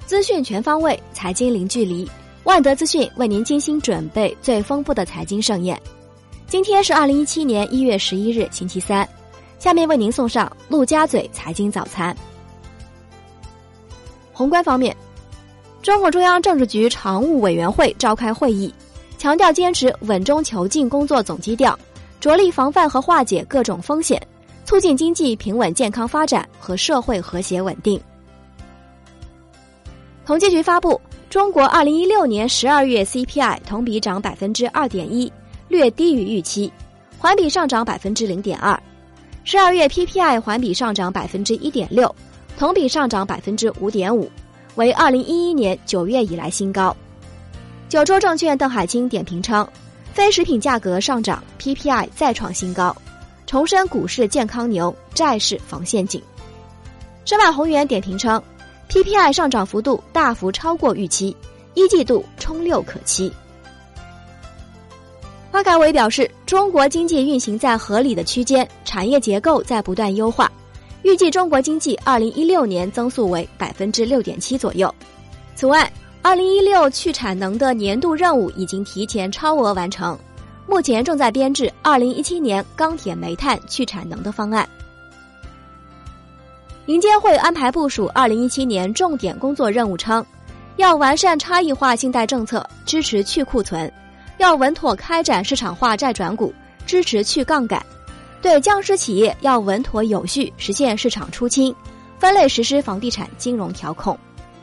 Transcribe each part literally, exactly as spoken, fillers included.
资讯全方位，财经零距离。万德资讯为您精心准备最丰富的财经盛宴。今天是二零一七年一月十一日，星期三。下面为您送上陆家嘴财经早餐。宏观方面，中共中央政治局常务委员会召开会议，强调坚持稳中求进工作总基调，着力防范和化解各种风险，促进经济平稳健康发展和社会和谐稳定。统计局发布，中国二零一六年十二月 C P I 同比涨 百分之二点一， 略低于预期，环比上涨 百分之零点二。十二月 P P I 环比上涨 百分之一点六， 同比上涨 百分之五点五， 为二零一一年九月以来新高。九州证券邓海清点评称，非食品价格上涨， P P I 再创新高，重申股市健康牛，债市防陷阱。申万宏源点评称， P P I 上涨幅度大幅超过预期，一季度冲六可期。发改委表示，中国经济运行在合理的区间，产业结构在不断优化，预计中国经济二零一六年增速为 百分之六点七 左右。此外，二零一六去产能的年度任务已经提前超额完成，目前正在编制二零一七年钢铁煤炭去产能的方案。银监会安排部署二零一七年重点工作任务称，要完善差异化信贷政策，支持去库存，要稳妥开展市场化债转股，支持去杠杆，对僵尸企业要稳妥有序实现市场出清，分类实施房地产金融调控。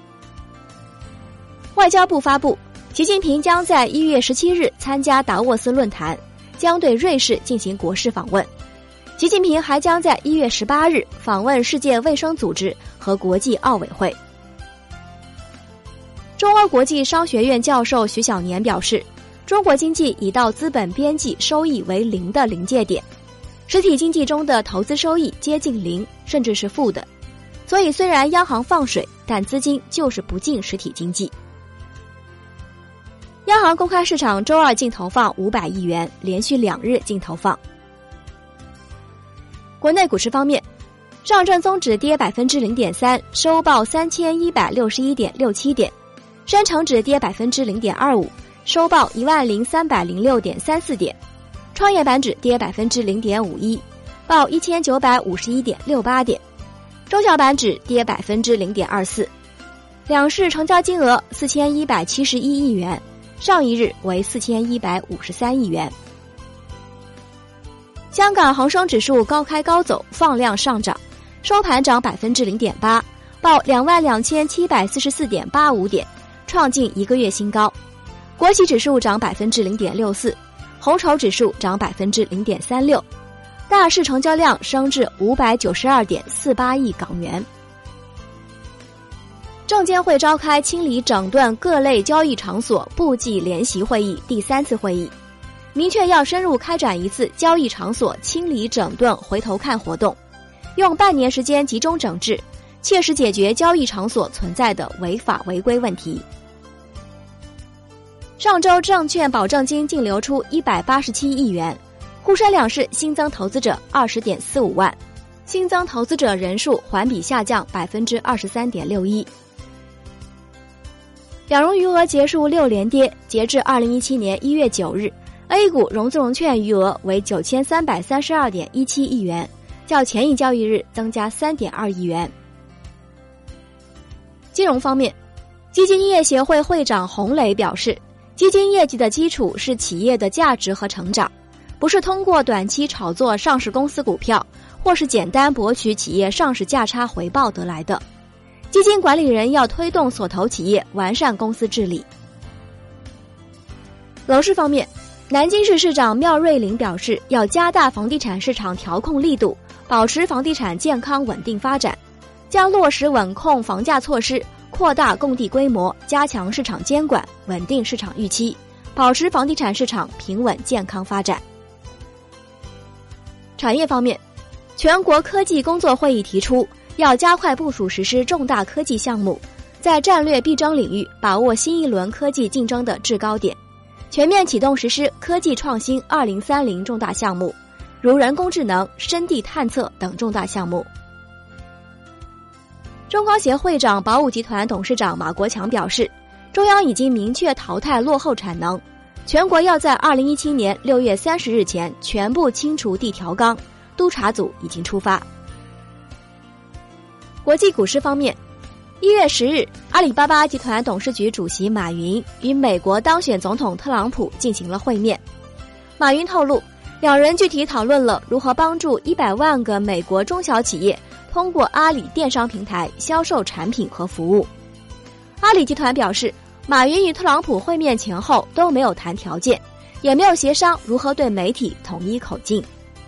外交部发布，习近平将在一月十七日参加达沃斯论坛，将对瑞士进行国事访问。习近平还将在一月十八日访问世界卫生组织和国际奥委会。中欧国际商学院教授徐小年表示，中国经济已到资本边际收益为零的临界点，实体经济中的投资收益接近零，甚至是负的。所以虽然央行放水，但资金就是不进实体经济。央行公开市场周二净投放五百亿元，连续两日净投放。国内股市方面，上证综指跌 百分之零点三， 收报三千一百六十一点六七点，深成指跌 百分之零点二五，收报一万零三百零六点三四点，创业板指跌 百分之零点五一，报一千九百五十一点六八点，中小板指跌 百分之零点二四。两市成交金额四千一百七十一亿元，上一日为四千一百五十三亿元。香港恒生指数高开高走，放量上涨，收盘涨 百分之零点八， 报两万两千七百四十四点八五点，创近一个月新高。国企指数涨 百分之零点六四， 红筹指数涨 百分之零点三六， 大市成交量升至五百九十二点四八亿港元。证监会召开清理整顿各类交易场所部际联席会议第三次会议，明确要深入开展一次交易场所清理整顿回头看活动，用半年时间集中整治，切实解决交易场所存在的违法违规问题。上周证券保证金净流出一百八十七亿元，沪深两市新增投资者 二十点四五万，新增投资者人数环比下降 百分之二十三点六一。两融余额结束六连跌，截至二零一七年一月九日，A 股融资融券余额为九千三百三十二点一七亿元，较前一交易日增加 三点二亿元。金融方面，基金业协会会长洪磊表示，基金业绩的基础是企业的价值和成长，不是通过短期炒作上市公司股票，或是简单博取企业上市价差回报得来的。基金管理人要推动所投企业完善公司治理。楼市方面，南京市市长缪瑞林表示，要加大房地产市场调控力度，保持房地产健康稳定发展，将落实稳控房价措施，扩大供地规模，加强市场监管，稳定市场预期，保持房地产市场平稳健康发展。产业方面，全国科技工作会议提出，要加快部署实施重大科技项目，在战略必争领域把握新一轮科技竞争的制高点，全面启动实施科技创新二零三零重大项目，如人工智能、深地探测等重大项目。 中光协会长宝武集团董事长马国强表示，中央已经明确淘汰落后产能，全国要在二零一七年六月三十日前全部清除地调缸，督查组已经出发。国际股市方面，一月十日，阿里巴巴集团董事局主席马云与美国当选总统特朗普进行了会面。马云透露，两人具体讨论了如何帮助一百万个美国中小企业通过阿里电商平台销售产品和服务。阿里集团表示，马云与特朗普会面前后都没有谈条件，也没有协商如何对媒体统一口径。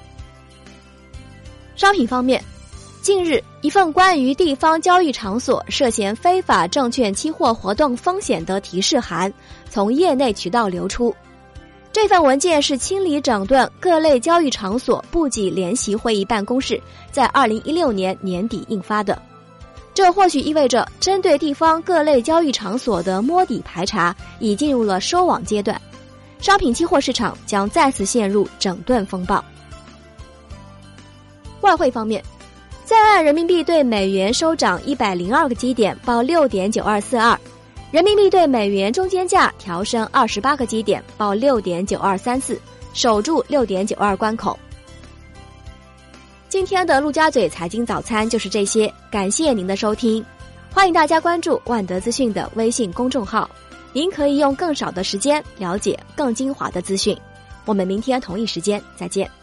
商品方面，近日，一份关于地方交易场所涉嫌非法证券期货活动风险的提示函从业内渠道流出。这份文件是清理整顿各类交易场所部级联席会议办公室在二零一六年年底印发的。这或许意味着针对地方各类交易场所的摸底排查已进入了收网阶段，商品期货市场将再次陷入整顿风暴。外汇方面，在岸人民币对美元收涨一百零二个基点，报 六点九二四二，人民币对美元中间价调升二十八个基点，报 六点九二三四，守住 六点九二关口。今天的陆家嘴财经早餐就是这些，感谢您的收听，欢迎大家关注万德资讯的微信公众号，您可以用更少的时间了解更精华的资讯。我们明天同一时间再见。